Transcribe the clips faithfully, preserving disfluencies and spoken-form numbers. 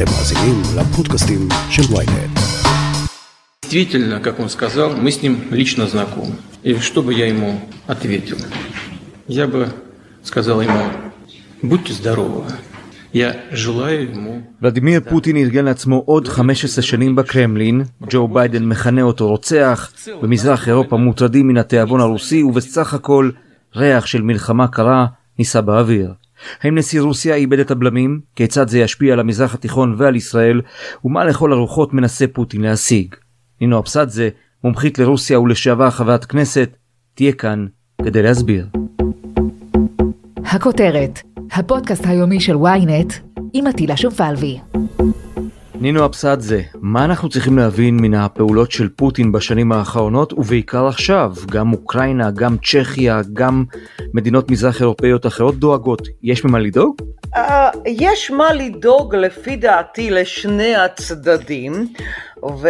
אתם מאזינים לפודקאסטים של וויינט. Действительно, как он сказал, мы с ним лично знакомы. И что бы я ему ответил? Я бы сказал ему: будьте здоровы. Я желаю ему... ולדימיר פוטין ארגן לעצמו עוד חמש עשרה שנים בקרמלין. ג'ו ביידן מכנה אותו רוצח. במזרח אירופה מוטרדים מן התיאבון הרוסי, ובסך הכל ריח של מלחמה קרה ניסה באוויר. האם נשיא רוסיה איבד את הבלמים? כיצד זה ישפיע על המזרח התיכון ועל ישראל? ומה לכל הרוחות מנסה פוטין להשיג? נינו אבסדזה, מומחית לרוסיה ולשעבר חברת כנסת, תהיה כאן כדי להסביר. הכותרת, הפודקאסט היומי של וויינט עם עטילה שומפלבי. נינו אבסדזה, מה אנחנו צריכים להבין מן הפעולות של פוטין בשנים האחרונות ובעיקר עכשיו? גם אוקראינה, גם צ'כיה, גם מדינות מזרח אירופאיות אחרות דואגות. יש ממה לדאוג? Uh, יש מה לדאוג לפי דעתי לשני הצדדים, ו...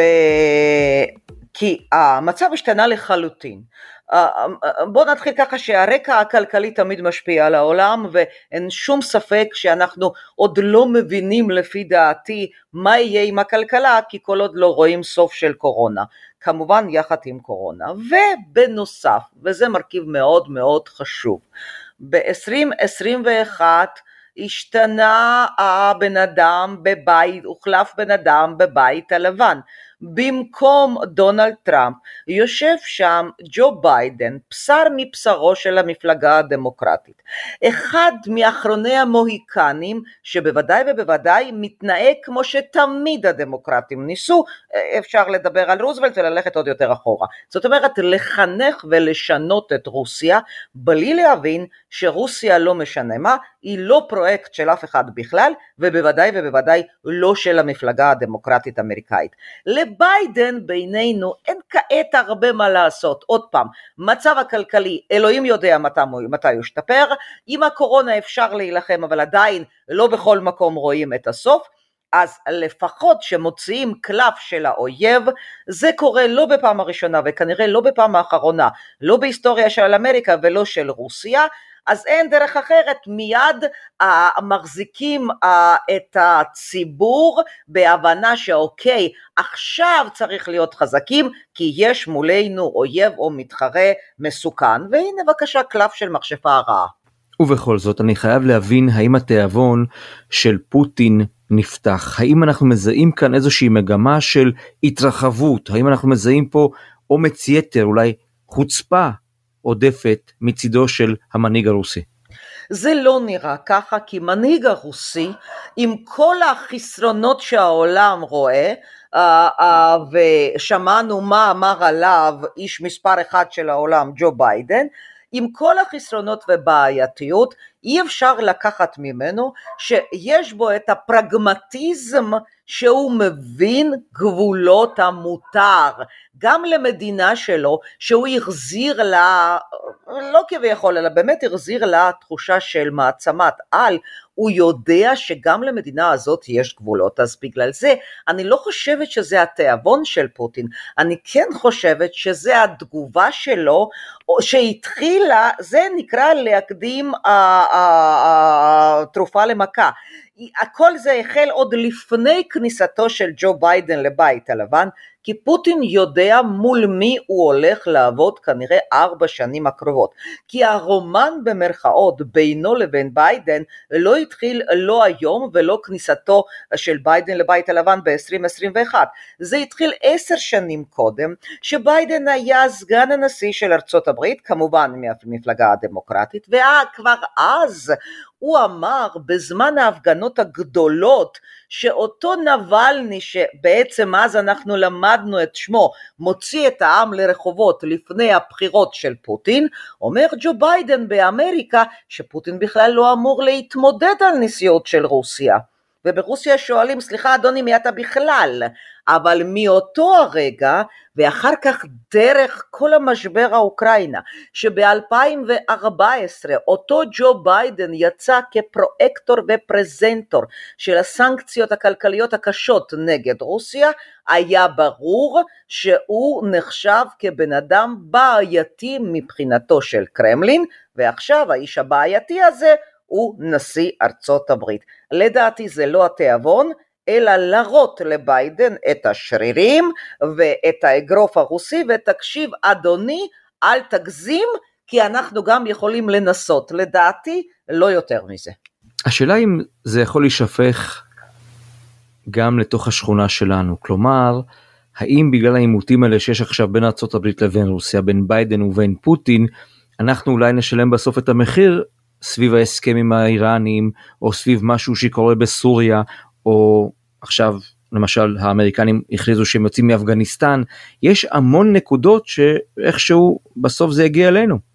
כי המצב השתנה לחלוטין. בוא נתחיל ככה שהרקע הכלכלי תמיד משפיע על העולם, ואין שום ספק שאנחנו עוד לא מבינים לפי דעתי מה יהיה עם הכלכלה, כי כל עוד לא רואים סוף של קורונה, כמובן יחד עם קורונה. ובנוסף, וזה מרכיב מאוד מאוד חשוב, ב-עשרים עשרים ואחת השתנה הבן אדם בבית, הוחלף בן אדם בבית הלבן. במקום דונלד טראמפ יושב שם ג'ו ביידן, בשר מבשרו של המפלגה הדמוקרטית, אחד מאחרוני המוהיקנים שבוודאי ובוודאי מתנהג כמו שתמיד הדמוקרטים ניסו. אפשר לדבר על רוזוולט וללכת עוד יותר אחורה, זאת אומרת לחנך ולשנות את רוסיה בלי להבין שרוסיה לא משנה מה, היא לא פרויקט של אף אחד בכלל, ובוודאי ובוודאי לא של המפלגה הדמוקרטית האמריקאית. לביידן בינינו אין כעת הרבה מה לעשות. עוד פעם, מצב הכלכלי, אלוהים יודע מתי, מתי ישתפר, עם הקורונה אפשר להילחם, אבל עדיין לא בכל מקום רואים את הסוף, אז לפחות שמוציאים קלף של האויב, זה קורה לא בפעם הראשונה, וכנראה לא בפעם האחרונה, לא בהיסטוריה של אמריקה ולא של רוסיה, אז אין דרך אחרת, מיד מחזיקים את הציבור בהבנה שאוקיי, עכשיו צריך להיות חזקים, כי יש מולנו אויב או מתחרה מסוכן, והנה בבקשה קלף של מכשפה הרעה. ובכל זאת אני חייב להבין האם התיאבון של פוטין נפתח, האם אנחנו מזהים כאן איזושהי מגמה של התרחבות, האם אנחנו מזהים פה אומץ יתר, אולי חוצפה עודפת מצידו של המנהיג הרוסי? זה לא נראה ככה, כי מנהיג הרוסי, עם כל החסרונות שהעולם רואה, ושמענו מה אמר עליו איש מספר אחד של העולם, ג'ו ביידן, עם כל החסרונות ובעייתיות, אי אפשר לקחת ממנו שיש בו את הפרגמטיזם שהוא מבין גבולות המותר, גם למדינה שלו, שהוא החזיר לה, לא כביכול, אלא באמת החזיר לה תחושה של מעצמת על, הוא יודע שגם למדינה הזאת יש גבולות, אז בגלל זה אני לא חושבת שזה התיאבון של פוטין, אני כן חושבת שזה התגובה שלו, שהתחילה, זה נקרא להקדים התרופה למכה, הכל זה החל עוד לפני כניסתו של ג'ו ביידן לבית הלבן, כי פוטין יודע מול מי הוא הולך לעבוד כנראה ארבע שנים הקרובות, כי הרומן במרכאות בינו לבין ביידן לא התחיל לא היום ולא כניסתו של ביידן לבית הלבן ב-עשרים עשרים ואחת, זה התחיל עשר שנים קודם, שביידן היה סגן הנשיא של ארצות הברית, כמובן מהמפלגה הדמוקרטית, וכבר אז הוא אמר בזמן ההפגנות הגדולות, שאותו נבלני שבעצם אז אנחנו למדנו את שמו, מוציא את העם לרחובות לפני הבחירות של פוטין, אומר ג'ו ביידן באמריקה שפוטין בכלל לא אמור להתמודד על נשיאות של רוסיה. וברוסיה שואלים, סליחה אדוני, מי אתה בכלל? אבל מאותו הרגע, ואחר כך דרך כל המשבר האוקראינה, שב-אלפיים וארבע עשרה אותו ג'ו ביידן יצא כפרויקטור ופרזנטור של הסנקציות הכלכליות הקשות נגד רוסיה, היה ברור שהוא נחשב כבן אדם בעייתי מבחינתו של קרמלין, ועכשיו האיש הבעייתי הזה הוא נשיא ארצות הברית. לדעתי זה לא התיאבון, אלא להראות לביידן את השרירים ואת האגרוף הרוסי, ותקשיב אדוני, אל תגזים, כי אנחנו גם יכולים לנסות, לדעתי לא יותר מזה. השאלה אם זה יכול להישפך גם לתוך השכונה שלנו, כלומר, האם בגלל העימותים האלה שיש עכשיו בין ארצות הברית לבין רוסיה, בין ביידן ובין פוטין, אנחנו אולי נשלם בסוף את המחיר סביב ההסכם עם האיראנים, או סביב משהו שקורה בסוריה, או עכשיו למשל האמריקנים הכריזו שהם יוצאים מאפגניסטן, יש המון נקודות שאיכשהו בסוף זה יגיע אלינו.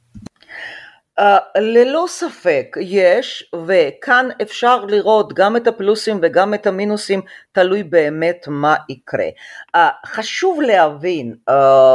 Uh, ללא ספק יש, וכאן אפשר לראות גם את הפלוסים וגם את המינוסים, תלוי באמת מה יקרה. Uh, חשוב להבין, uh,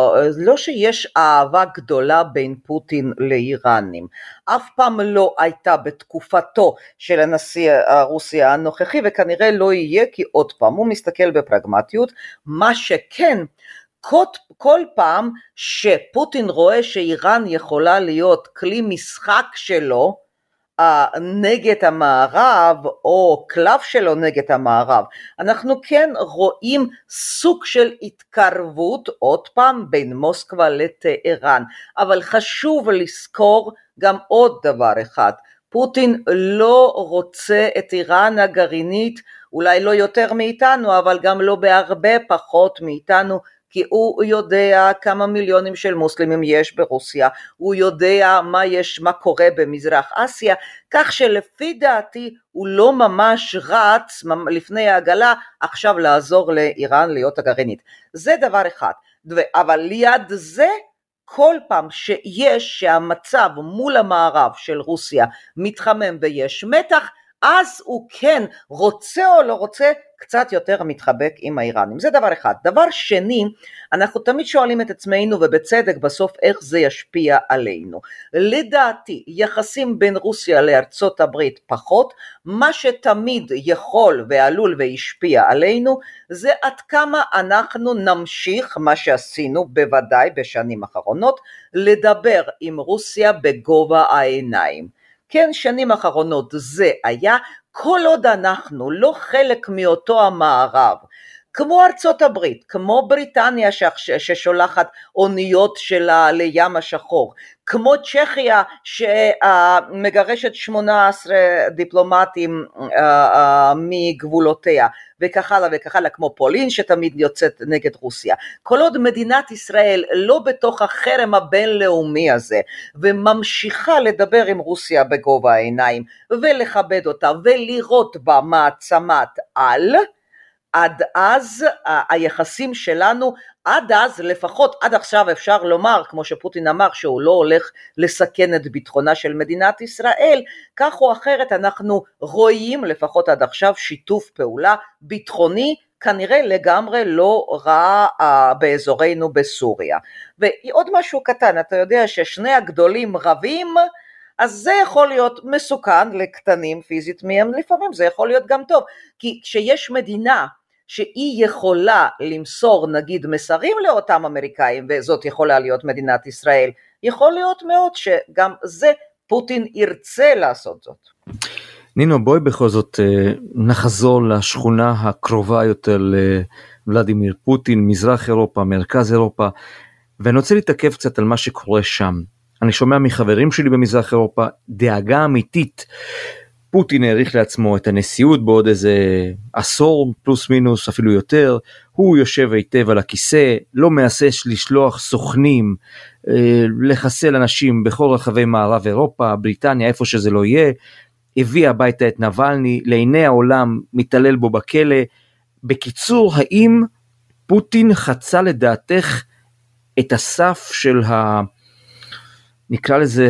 לא שיש אהבה גדולה בין פוטין לאיראנים, אף פעם לא הייתה בתקופתו של הנשיא הרוסיה הנוכחי, וכנראה לא יהיה, כי עוד פעם הוא מסתכל בפרגמטיות, מה שכן, כל, כל פעם שפוטין רואה שאיראן יכולה להיות כלי משחק שלו uh, נגד המערב, או קלף שלו נגד המערב, אנחנו כן רואים סוג של התקרבות, עוד פעם, בין מוסקבה לטהרן, אבל חשוב לזכור גם עוד דבר אחד, פוטין לא רוצה את איראן הגרעינית, אולי לא יותר מאיתנו, אבל גם לא בהרבה פחות מאיתנו, כי הוא יודע כמה מיליונים של מוסלמים יש ברוסיה, הוא יודע מה יש, מה קורה במזרח אסיה, כך שלפי דעתי הוא לא ממש רץ לפני העגלה עכשיו לעזור לאיראן להיות הגרעינית. זה דבר אחד, אבל ליד זה כל פעם שיש שהמצב מול המערב של רוסיה מתחמם ויש מתח, אז הוא כן רוצה או לא רוצה קצת יותר מתחבק עם האיראנים. זה דבר אחד. דבר שני, אנחנו תמיד שואלים את עצמנו ובצדק בסוף איך זה ישפיע עלינו. לדעתי יחסים בין רוסיה לארצות הברית פחות, מה שתמיד יכול ועלול והשפיע עלינו זה עד כמה אנחנו נמשיך מה שעשינו בוודאי בשנים האחרונות, לדבר עם רוסיה בגובה העיניים. כן, שנים אחרונות זה היה, כל עוד אנחנו לא חלק מאותו המערב, כמו ארצות הברית, כמו בריטניה ששולחת אוניות שלה לים השחור, כמו צ'כיה שמגרשת שמונה עשרה דיפלומטים מגבולותיה, וכך הלאה וכך הלאה, כמו פולין שתמיד יוצאת נגד רוסיה. כל עוד מדינת ישראל לא בתוך החרם הבינלאומי הזה, וממשיכה לדבר עם רוסיה בגובה העיניים, ולכבד אותה, ולראות בה מעצמת על, עד אז היחסים שלנו, עד אז לפחות עד עכשיו אפשר לומר, כמו שפוטין אמר שהוא לא הולך לסכן את ביטחונה של מדינת ישראל, כך או אחרת אנחנו רואים לפחות עד עכשיו שיתוף פעולה ביטחוני, כנראה לגמרי לא רע באזורנו בסוריה. ועוד משהו קטן, אתה יודע ששני הגדולים רבים, אז זה יכול להיות מסוכן לקטנים פיזית מהם, לפעמים זה יכול להיות גם טוב, כי כשיש מדינה שהיא יכולה למסור נגיד מסרים לאותם אמריקאים, וזאת יכולה להיות מדינת ישראל, יכול להיות מאוד שגם זה פוטין ירצה לעשות זאת. נינו, בואי בכל זאת נחזור לשכונה הקרובה יותר לוולדימיר פוטין, מזרח אירופה, מרכז אירופה, ואני רוצה להתעכב קצת על מה שקורה שם. אני שומע מחברים שלי במזרח אירופה דאגה אמיתית, פוטין העריך לעצמו את הנשיאות בעוד איזה עשור פלוס מינוס אפילו יותר, הוא יושב היטב על הכיסא, לא מהסס לשלוח סוכנים, לחסל אנשים בכל רחבי מערב אירופה, בריטניה, איפה שזה לא יהיה, הביא הביתה את נבלני, לעיני העולם מתעלל בו בכלא. בקיצור, האם פוטין חצה לדעתך את הסף של ה... נקרא לזה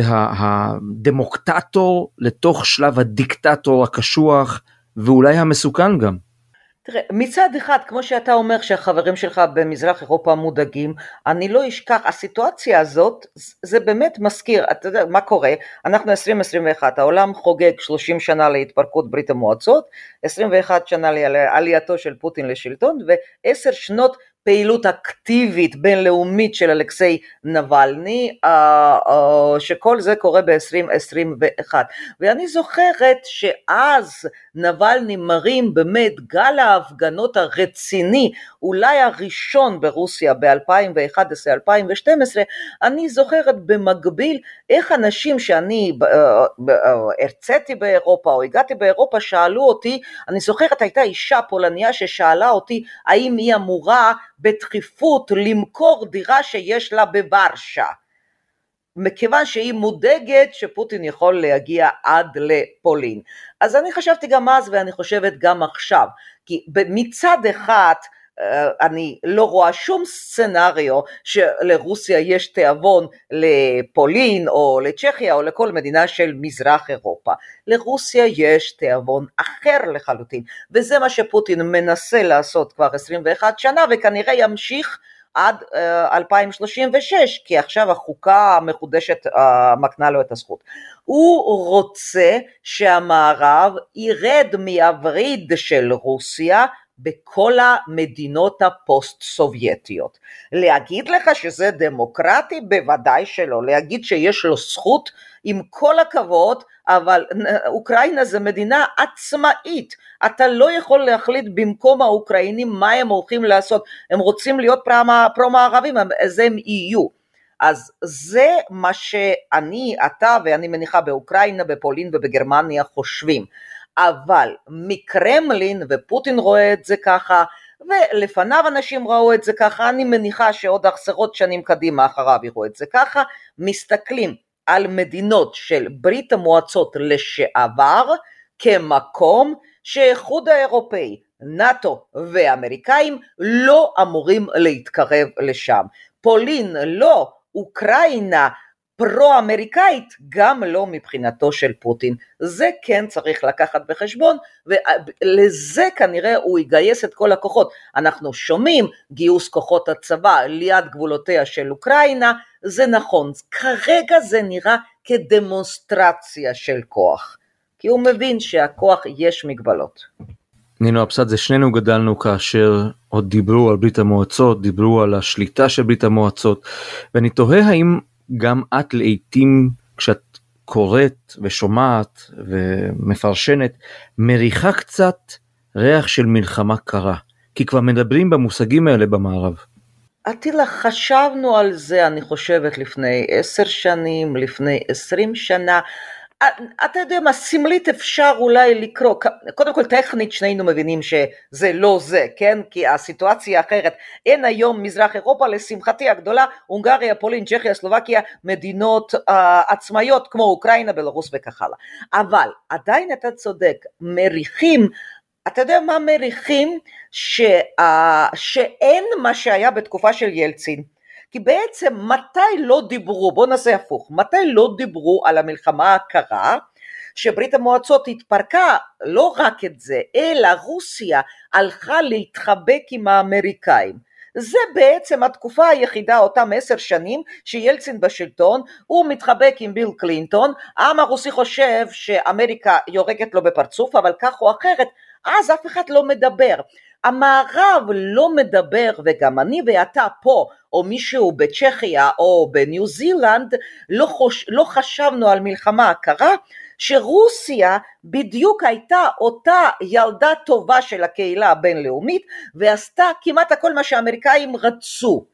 הדמוקטטור לתוך שלב הדיקטטור הקשוח ואולי המסוכן גם? תראה, מצד אחד, כמו שאתה אומר שהחברים שלך במזרח אירופה מודאגים, אני לא אשכח, הסיטואציה הזאת, זה באמת מזכיר, אתה יודע מה קורה, אנחנו עשרים עשרים ואחת, העולם חוגג שלושים שנה להתפרקות ברית המועצות, עשרים ואחת שנה לעלייתו של פוטין לשלטון, ועשר שנות פעילות אקטיבית בינלאומית של אלכסיי נבלני, שכל זה קורה ב-עשרים עשרים ואחת. ואני זוכרת שאז נבלני מרים באמת גל ההפגנות הרציני, אולי הראשון ברוסיה ב-אלפיים ואחת עשרה אלפיים ושתים עשרה, אני זוכרת במקביל איך אנשים שאני הרציתי באירופה או הגעתי באירופה שאלו אותי, אני זוכרת הייתה אישה פולניה ששאלה אותי האם היא אמורה בדחיפות למכור דירה שיש לה בוורשה, מכיוון שהיא מודאגת שפוטין יכול להגיע עד לפולין. אז אני חשבתי גם אז ואני חושבת גם עכשיו, כי מצד אחד אני לא רואה שום סצנריו שלרוסיה יש תיאבון לפולין או לצ'כיה או לכל מדינה של מזרח אירופה. לרוסיה יש תיאבון אחר לחלוטין, וזה מה שפוטין מנסה לעשות כבר עשרים ואחת שנה, וכנראה ימשיך עד אלפיים שלושים ושש, כי עכשיו החוקה המחודשת מקנה לו את הזכות. הוא רוצה שהמערב ירד מהווריד של רוסיה בכל המדינות הפוסט סובייטיות. להגיד לך שזה דמוקרטי? בוודאי שלא. להגיד שיש לו זכות? עם כל הכבוד, אבל אוקראינה זה מדינה עצמאית, אתה לא יכול להחליט במקום האוקראינים מה הם הולכים לעשות, הם רוצים להיות פרו-מערבים, אז הם יהיו. אז זה מה שאני, אתה ואני מניחה באוקראינה, בפולין ובגרמניה חושבים, אבל מקרמלין, ופוטין רואה את זה ככה, ולפניו אנשים ראו את זה ככה, אני מניחה שעוד עשרות שנים קדימה אחריו יראו את זה ככה, מסתכלים על מדינות של ברית המועצות לשעבר, כמקום שהאיחוד האירופאי, נאטו ואמריקאים לא אמורים להתקרב לשם. פולין לא, אוקראינה פרו-אמריקאית גם לא מבחינתו של פוטין. זה כן צריך לקחת בחשבון, ולזה כנראה הוא יגייס את כל הכוחות. אנחנו שומעים גיוס כוחות הצבא ליד גבולותיה של אוקראינה, זה נכון, כרגע זה נראה כדמונסטרציה של כוח, כי הוא מבין שהכוח יש מגבלות. נינו אבסדזה, שנינו גדלנו כאשר עוד דיברו על ברית המועצות, דיברו על השליטה של ברית המועצות, ואני תוהה האם גם את לעתים כשאת קוראת ושומעת ומפרשנת, מריחה קצת ריח של מלחמה קרה, כי כבר מדברים במושגים האלה במערב. עתילה, חשבנו על זה, אני חושבת, לפני עשר שנים, לפני עשרים שנה, אתה יודע מה, סמלית אפשר אולי לקרוא, קודם כל טכנית שנינו מבינים שזה לא זה, כן? כי הסיטואציה אחרת, אין היום מזרח אירופה, לשמחתי הגדולה, הונגריה, פולין, צ'כיה, סלובקיה, מדינות uh, עצמאיות כמו אוקראינה, בלרוס וכך הלאה. אבל עדיין אתה צודק, מריחים, אתה יודע מה מריחים? ש, uh, שאין מה שהיה בתקופה של ילצין. כי בעצם מתי לא דיברו, בוא נעשה הפוך, מתי לא דיברו על המלחמה הקרה, שברית המועצות התפרקה, לא רק את זה, אלא רוסיה הלכה להתחבק עם האמריקאים. זה בעצם התקופה היחידה, אותם עשר שנים, שילצין בשלטון, הוא מתחבק עם ביל קלינטון, העם הרוסי חושב שאמריקה יורקת לו בפרצוף, אבל כך או אחרת, אז אף אחד לא מדבר. המערב לא מדבר, וגם אני ואתה פה, או מישהו בצ'כיה או בניו זילנד, לא, חוש, לא חשבנו על מלחמה הקרה, שרוסיה בדיוק הייתה אותה ילדה טובה של הקהילה הבינלאומית, ועשתה כמעט הכל מה שהאמריקאים רצו.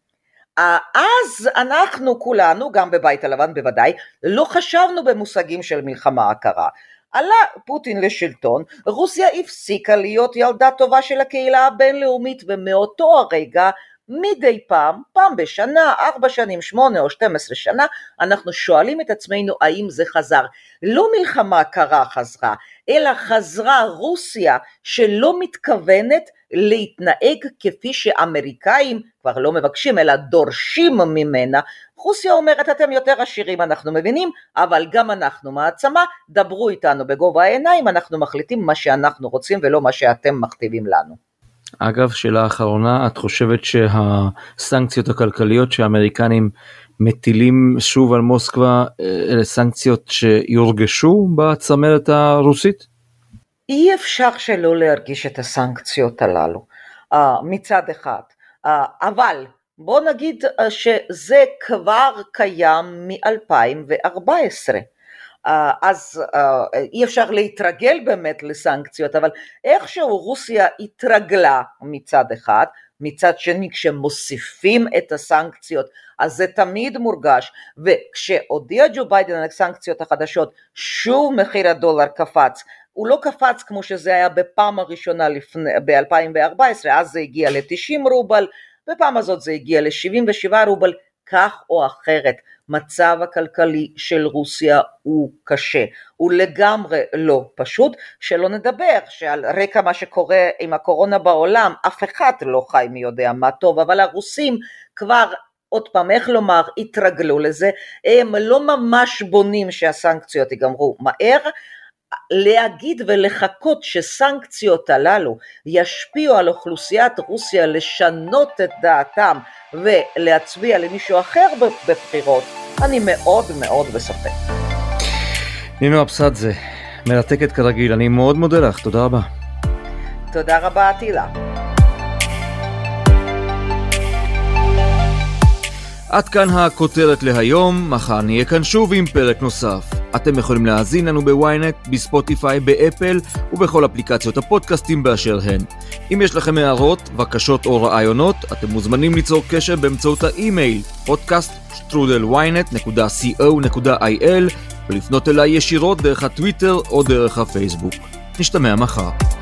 אז אנחנו כולנו, גם בבית הלבן בוודאי, לא חשבנו במושגים של מלחמה הקרה. עלה פוטין לשלטון, רוסיה הפסיקה להיות ילדה טובה של הקהילה הבינלאומית, ומאותו הרגע, מדי פעם, פעם בשנה, ארבע שנים, שמונה או שתים עשרה שנה, אנחנו שואלים את עצמנו האם זה חזר. לא מלחמה קרה חזרה, אלא חזרה רוסיה שלא מתכוונת להתנהג כפי שאמריקאים כבר לא מבקשים, אלא דורשים ממנה. רוסיה אומרת, אתם יותר עשירים, אנחנו מבינים, אבל גם אנחנו מעצמה, דברו איתנו בגובה העיניים, אנחנו מחליטים מה שאנחנו רוצים ולא מה שאתם מכתיבים לנו. אגב, שאלה אחרונה, את חושבת שהסנקציות הכלכליות שהאמריקנים מטילים שוב על מוסקבה, אלה סנקציות שיורגשו בצמרת הרוסית? אי אפשר שלא להרגיש את הסנקציות הללו. מצד אחד, אבל בוא נגיד שזה כבר קיים מ-אלפיים וארבע עשרה. אז אי אפשר להתרגל באמת לסנקציות, אבל איכשהו רוסיה התרגלה מצד אחד, מצד שני כשמוסיפים את הסנקציות, אז זה תמיד מורגש, וכשהודיע ג'ו ביידן על הסנקציות החדשות, שוב מחיר הדולר קפץ, הוא לא קפץ כמו שזה היה בפעם הראשונה ב-אלפיים וארבע עשרה, אז זה הגיע ל-תשעים רובל, בפעם הזאת זה הגיע ל-שבעים ושבעה רובל, כך או אחרת, מצב הכלכלי של רוסיה הוא קשה, הוא לגמרי לא פשוט, שלא נדבר שעל רקע מה שקורה עם הקורונה בעולם, אף אחד לא חי מי יודע מה טוב, אבל הרוסים כבר, עוד פעם, איך לומר, התרגלו לזה, הם לא ממש בונים שהסנקציות ייגמרו מהר, להגיד ולחכות שסנקציות הללו ישפיעו על אוכלוסיית רוסיה לשנות את דעתם ולהצביע למישהו אחר בבחירות, אני מאוד מאוד בספק. נינו אבסדזה, מרתקת כרגיל, אני מאוד מודה לך, תודה רבה. תודה רבה עטילה. עד כאן הכותרת להיום, מחר נהיה כאן שוב עם פרק נוסף. אתם יכולים להאזין לנו בוויינט, בספוטיפיי, באפל ובכל אפליקציות הפודקאסטים באשר הן. אם יש לכם הערות, בקשות או רעיונות, אתם מוזמנים ליצור קשר באמצעות האימייל פודקאסט שטרודל וויינט נקודה סי או נקודה איי אל ולפנות אליי ישירות דרך הטוויטר או דרך הפייסבוק. נשתמע מחר.